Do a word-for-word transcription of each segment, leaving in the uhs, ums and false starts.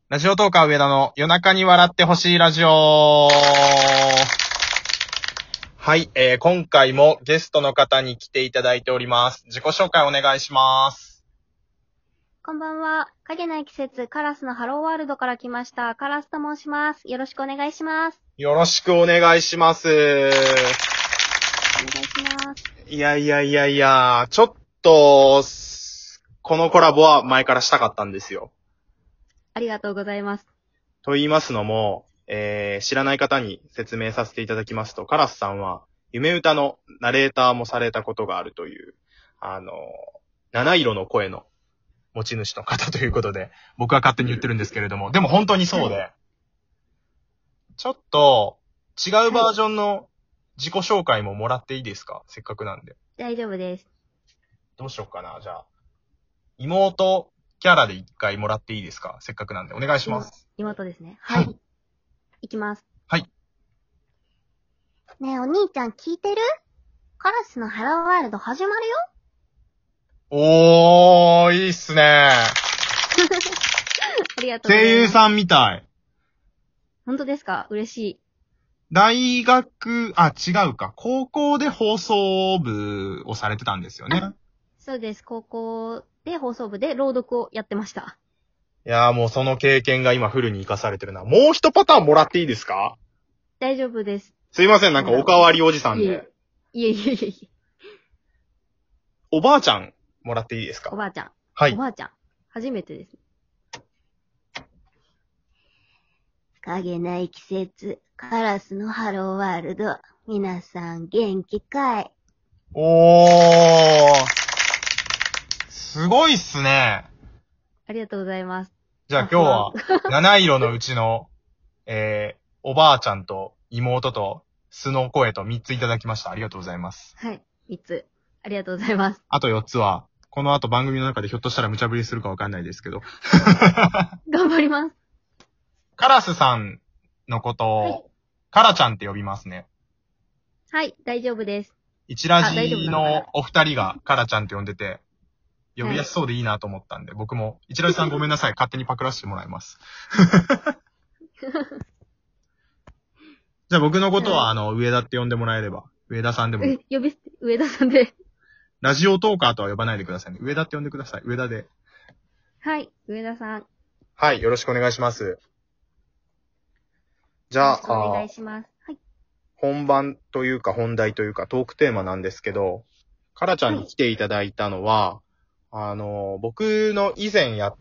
ラジオトーカー上田の夜中に笑ってほしいラジオ。はい、えー、今回もゲストの方に来ていただいております。自己紹介お願いします。 こんばんは。影ない季節カラスのハローワールドから来ましたカラスと申します。よろしくお願いします。 よろしくお願いします。お願いします。 いやいやいやいや、ちょっと、このコラボは前からしたかったんですよ。 ありがとうございます。 と言いますのも、えー、知らない方に説明させていただきますと、カラスさんは夢歌のナレーターもされたことがあるという、あの、七色の声の持ち主の方ということで、僕は勝手に言ってるんですけれども、でも本当にそうで、はい、ちょっと違うバージョンの自己紹介ももらっていいですか？せっかくなんで。 大丈夫です。 どうしようかな、じゃあ。妹キャラで一回もらっていいですか？せっかくなんで。お願いします。 妹ですね。はい。はい、いきます。 はい。 ねえ、お兄ちゃん聞いてる？カラスのハローワールド始まるよ。 おー、いいっすね。ありがとうございます。 声優さんみたい。 本当ですか？嬉しい。 大学、あ、違うか。高校で放送部をされてたんですよね。 そうです。高校で放送部で朗読をやってました。 いやーもうその経験が今フルに活かされてるな。もう一パターンもらっていいですか？ 大丈夫です。 すいません、なんかおかわりおじさんで。 いえいえいえいえ。 おばあちゃんもらっていいですか？ おばあちゃん。 はい。 おばあちゃん。初めてです。影ない季節、カラスのハローワールド。皆さん元気かい？ おー。すごいっすね。 ありがとうございます。 じゃあ今日は、七色のうちの、えー、おばあちゃんと妹と素の声と三ついただきました。ありがとうございます。 はい、三つ。ありがとうございます。 あと四つは、この後番組の中でひょっとしたら無茶ぶりするかわかんないですけど。 頑張ります。 カラスさんのことを、はい、カラちゃんって呼びますね。 はい、大丈夫です。 一ラジのお二人がカラちゃんって呼んでて、呼びやすそうでいいなと思ったんで、はい、僕も、一ラジさんごめんなさい。勝手にパクらせてもらいます。じゃあ僕のことは、あの、上田って呼んでもらえれば、上田さんでも。 え、呼び、上田さんで。 ラジオトーカーとは呼ばないでくださいね。上田って呼んでください。上田で。 はい、上田さん。 はい、よろしくお願いします。じゃあ、 お願いします。はい。 本番というか本題というかトークテーマなんですけど、カラちゃんに来ていただいたのは、はい、あの、僕の以前やった、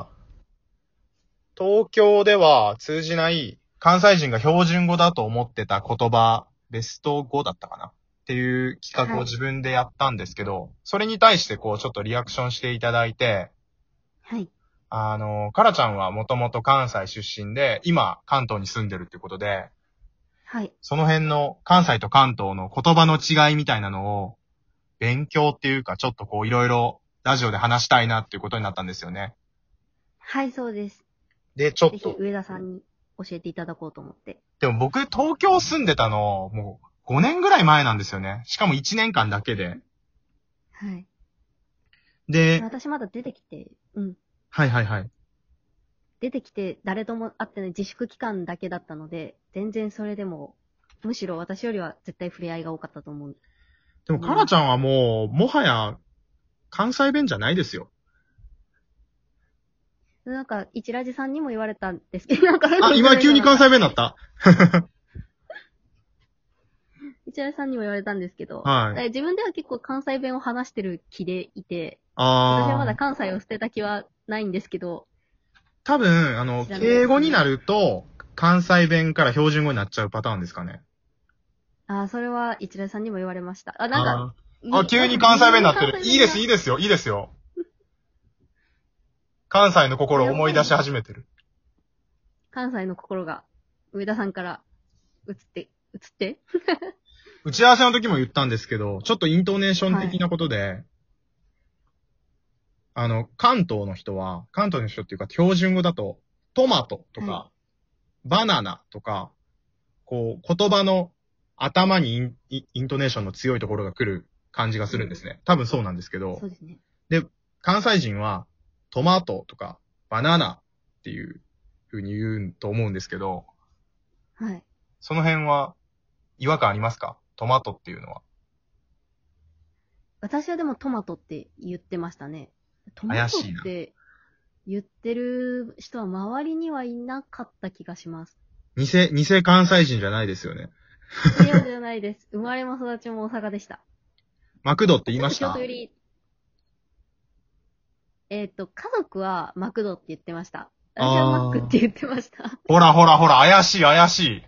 東京では通じない関西人が標準語だと思ってた言葉、ベストごだったかなっていう企画を自分でやったんですけど、はい、それに対してこうちょっとリアクションしていただいて、 はい。 あの、カラちゃんはもともと関西出身で、今関東に住んでるってことで、 はい。 その辺の関西と関東の言葉の違いみたいなのを勉強っていうかちょっとこういろいろラジオで話したいなっていうことになったんですよね。 はい、そうです。 で、ちょっと。 ぜひ上田さんに教えていただこうと思って。 でも僕東京住んでたのもうごねんぐらい前なんですよね。しかもいちねんかんだけで。 はい。 で、 私まだ出てきて、うん。 はいはいはい。 出てきて誰とも会ってない自粛期間だけだったので、全然それでも、むしろ私よりは絶対触れ合いが多かったと思う。 でもカラちゃんはもう、もはや関西弁じゃないですよ。 なんか、一ラジさんにも言われたんですけど、なんか、 あ、今急に関西弁だった。 一ラジさんにも言われたんですけど、 はい。 自分では結構関西弁を話してる気でいて、 あ私はまだ関西を捨てた気はないんですけど、 多分、あの、敬語になると、関西弁から標準語になっちゃうパターンですかね。 ああ、それは一ラジさんにも言われました。あ、なんか、 あ、あ急に関西弁になってる。いいです、いいですよ、いいですよ。関西の心を思い出し始めてる。 関西の心が、上田さんから移って、移って打ち合わせの時も言ったんですけど、ちょっとイントネーション的なことで、はい、あの、関東の人は、関東の人っていうか標準語だと、トマトとか、はい、バナナとか、こう、言葉の頭にイン、イントネーションの強いところが来る感じがするんですね。多分そうなんですけど、 そうですね。 で、関西人は、トマトとか、バナナっていう風に言うと思うんですけど、 はい。 その辺は違和感ありますか？トマトっていうのは。 私はでもトマトって言ってましたね。トマト怪しいな。 って言ってる人は周りにはいなかった気がします。 偽、偽関西人じゃないですよね。 いやじゃないです。生まれも育ちも大阪でした。 マクドって言いましちょっとた？ 京都より、えっ、と、家族はマクドって言ってました。私はマックって言ってました。 ほらほらほら、怪しい怪しい。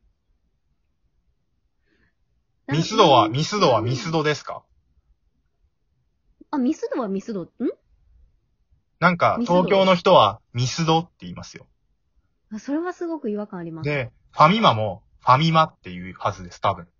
ミスドは、ミスドはミスドですか？ あ、ミスドはミスド。んなんか、 ミスド東京の人はミスドって言いますよ。 あ、それはすごく違和感あります。 で、ファミマもファミマっていうはずです、多分。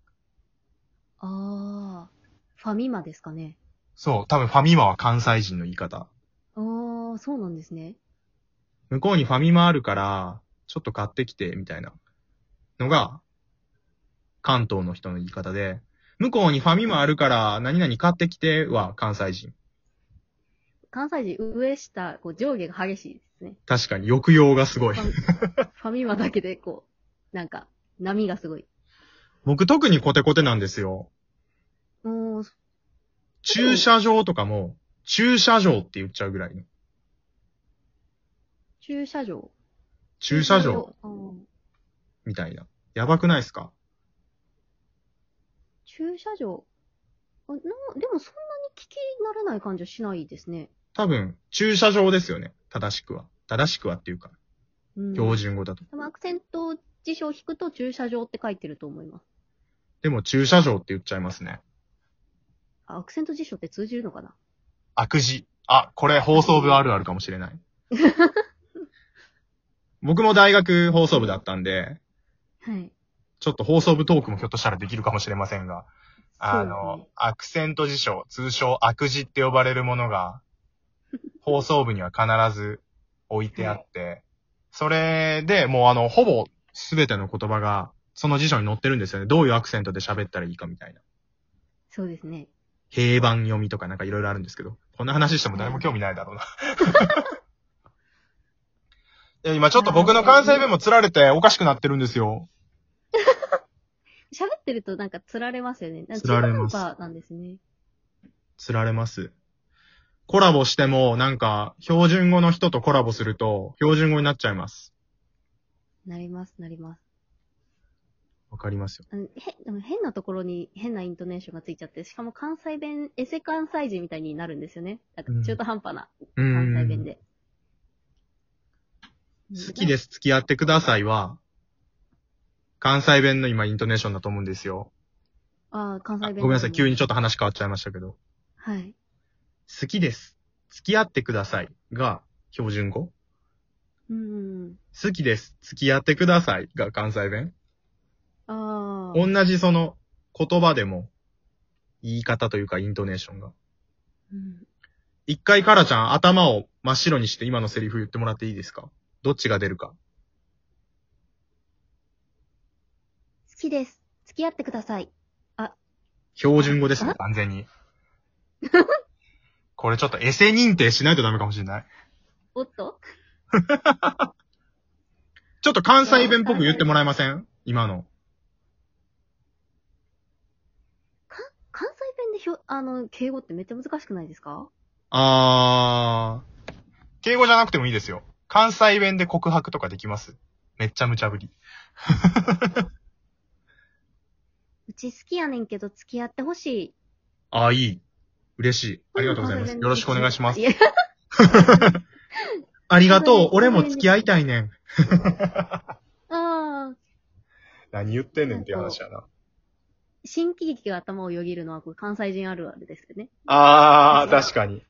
あー、ファミマですかね。 そう、多分ファミマは関西人の言い方。 あー、そうなんですね。 向こうにファミマあるから、ちょっと買ってきて、みたいなのが、関東の人の言い方で、向こうにファミマあるから、何々買ってきては関西人。 関西人、上下、こう上下が激しいですね。 確かに抑揚がすごいフ。ァミファミマだけで、こう、なんか、波がすごい。 僕特にコテコテなんですよ。 おー、 駐車場とかも、駐車場って言っちゃうぐらいの。 駐車場。 駐車場あーみたいな。やばくないですか？ 駐車場。あなでもそんなに聞き慣れない感じはしないですね。 多分、駐車場ですよね。正しくは。正しくはっていうか、 うん。 標準語だと。 でもアクセント辞書を引くと駐車場って書いてると思います。 でも駐車場って言っちゃいますね。 あ、アクセント辞書って通じるのかな？ 悪事。あ、これ放送部あるあるかもしれない。僕も大学放送部だったんで、 はい。 ちょっと放送部トークもひょっとしたらできるかもしれませんが、あそうの、 ですね。 アクセント辞書、通称悪事って呼ばれるものが、放送部には必ず置いてあって、それでもうあの、ほぼすべての言葉が、その辞書に載ってるんですよね。どういうアクセントで喋ったらいいかみたいな。 そうですね。 平板読みとかなんかいろいろあるんですけど、こんな話しても誰も興味ないだろうな。いや今ちょっと僕の関西弁も釣られておかしくなってるんですよ。 喋ってるとなんか釣られますよね。なんか釣られます中途半端なんですね。 釣られます。コラボしてもなんか標準語の人とコラボすると標準語になっちゃいます。 なります、なります。 わかりますよ。 あのへでも変なところに変なイントネーションがついちゃって、しかも関西弁、エセ関西人みたいになるんですよね。なんか中途半端な関西弁で。 好きです、付き合ってくださいは、関西弁の今イントネーションだと思うんですよ。 ああ、関西弁。 ごめんなさい、急にちょっと話変わっちゃいましたけど。 はい。 好きです、付き合ってくださいが標準語。 うん。 好きです、付き合ってくださいが関西弁。 ああ。 同じその言葉でも言い方というかイントネーションが。 うん、 一回カラちゃん頭を真っ白にして今のセリフ言ってもらっていいですか？どっちが出るか。 好きです。付き合ってください。あ。 標準語ですね、完全に。これちょっとエセ認定しないとダメかもしれない。 おっとちょっと関西弁っぽく言ってもらえません？今の。 か、関西弁でひょ、あの、敬語ってめっちゃ難しくないですか？ あー。敬語じゃなくてもいいですよ。関西弁で告白とかできます？めっちゃ無茶ぶり。 うち好きやねんけど付き合ってほしい。 あー、いい。嬉しい。ありがとうございます。よろしくお願いします。 いやありがとう。俺も付き合いたいねん。 ああ。 何言ってんねんっていう話やな。 新喜劇が頭をよぎるのはこれ関西人あるあるですよね。 あー、確かに。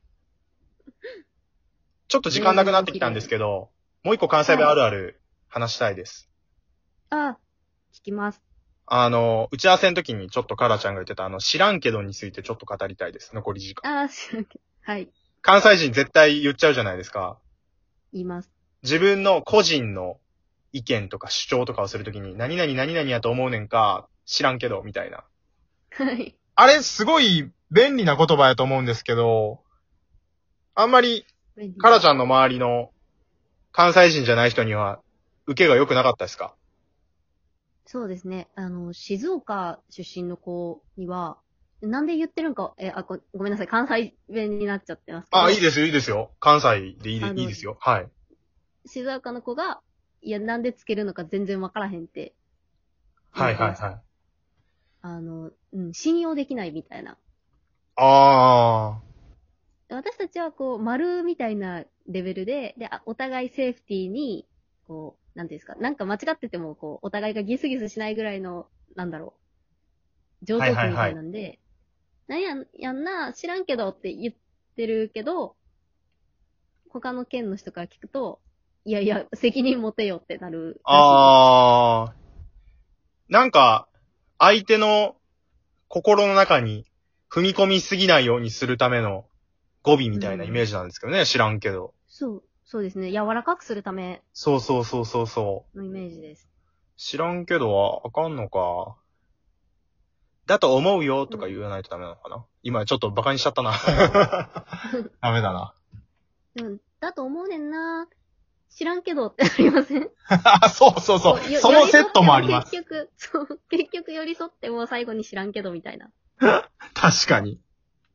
ちょっと時間なくなってきたんですけど、もう一個関西弁あるある話したいです。 ああ、聞きます。 あの、打ち合わせの時にちょっとカラちゃんが言ってたあの、知らんけどについてちょっと語りたいです。残り時間。 ああ、知らんけど。はい。 関西人絶対言っちゃうじゃないですか。 言います。 自分の個人の意見とか主張とかをするときに、何々何々やと思うねんか、知らんけど、みたいな。 はい。 あれ、すごい便利な言葉やと思うんですけど、あんまり、カラちゃんの周りの関西人じゃない人には受けが良くなかったですか？ そうですね。あの、静岡出身の子には、なんで言ってるんか、え、あ、ご、ごめんなさい。関西弁になっちゃってますけど。 あ、いいですよ、いいですよ。関西でいいであのいいですよ。はい。 静岡の子が、いや、なんでつけるのか全然わからへんって言はいってました。 はいはい。 あの、うん、信用できないみたいな。 あ私たちはこう、丸みたいなレベルで、で、あお互いセーフティーに、こう、なんていうんですか、なんか間違ってても、こう、お互いがギスギスしないぐらいの、なんだろう、 ー。 上等句みたはいはいはい。 いなんで、なんやん、やんな、知らんけどって言ってるけど、他の県の人から聞くと、いやいや、責任持てよってなるらしいです。 あー。なんか、相手の心の中に踏み込みすぎないようにするための語尾みたいなイメージなんですけどね、知らんけど。 そう、そうですね。柔らかくするためそうそうそうそうそう。 のイメージです。 知らんけどはあかんのか。だと思うよとか言わないとダメなのかな。今ちょっとバカにしちゃったな。ダメだな。 でも、だと思うねんな。知らんけどってありません？ そうそうそう。 こよそのセットもあります。 結局、そう、結局寄り添ってもう最後に知らんけどみたいな。 確かに。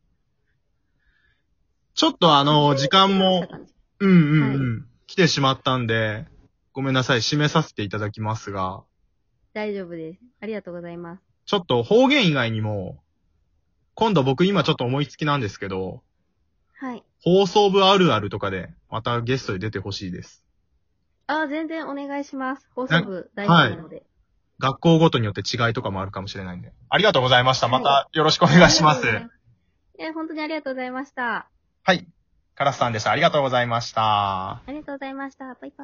ちょっとあの、時間も、うんうんうん、来てしまったんで、ごめんなさい、締めさせていただきますが、 大丈夫です。ありがとうございます。 ちょっと方言以外にも、今度僕今ちょっと思いつきなんですけど、 はい。 放送部あるあるとかで、またゲストで出てほしいです。 あ、全然お願いします。放送部大好きなので。 学校ごとによって違いとかもあるかもしれないんで。ありがとうございました。またよろしくお願いします。 え、本当にありがとうございました。 はい。カラスさんでした。ありがとうございました。 ありがとうございました。バイバイ。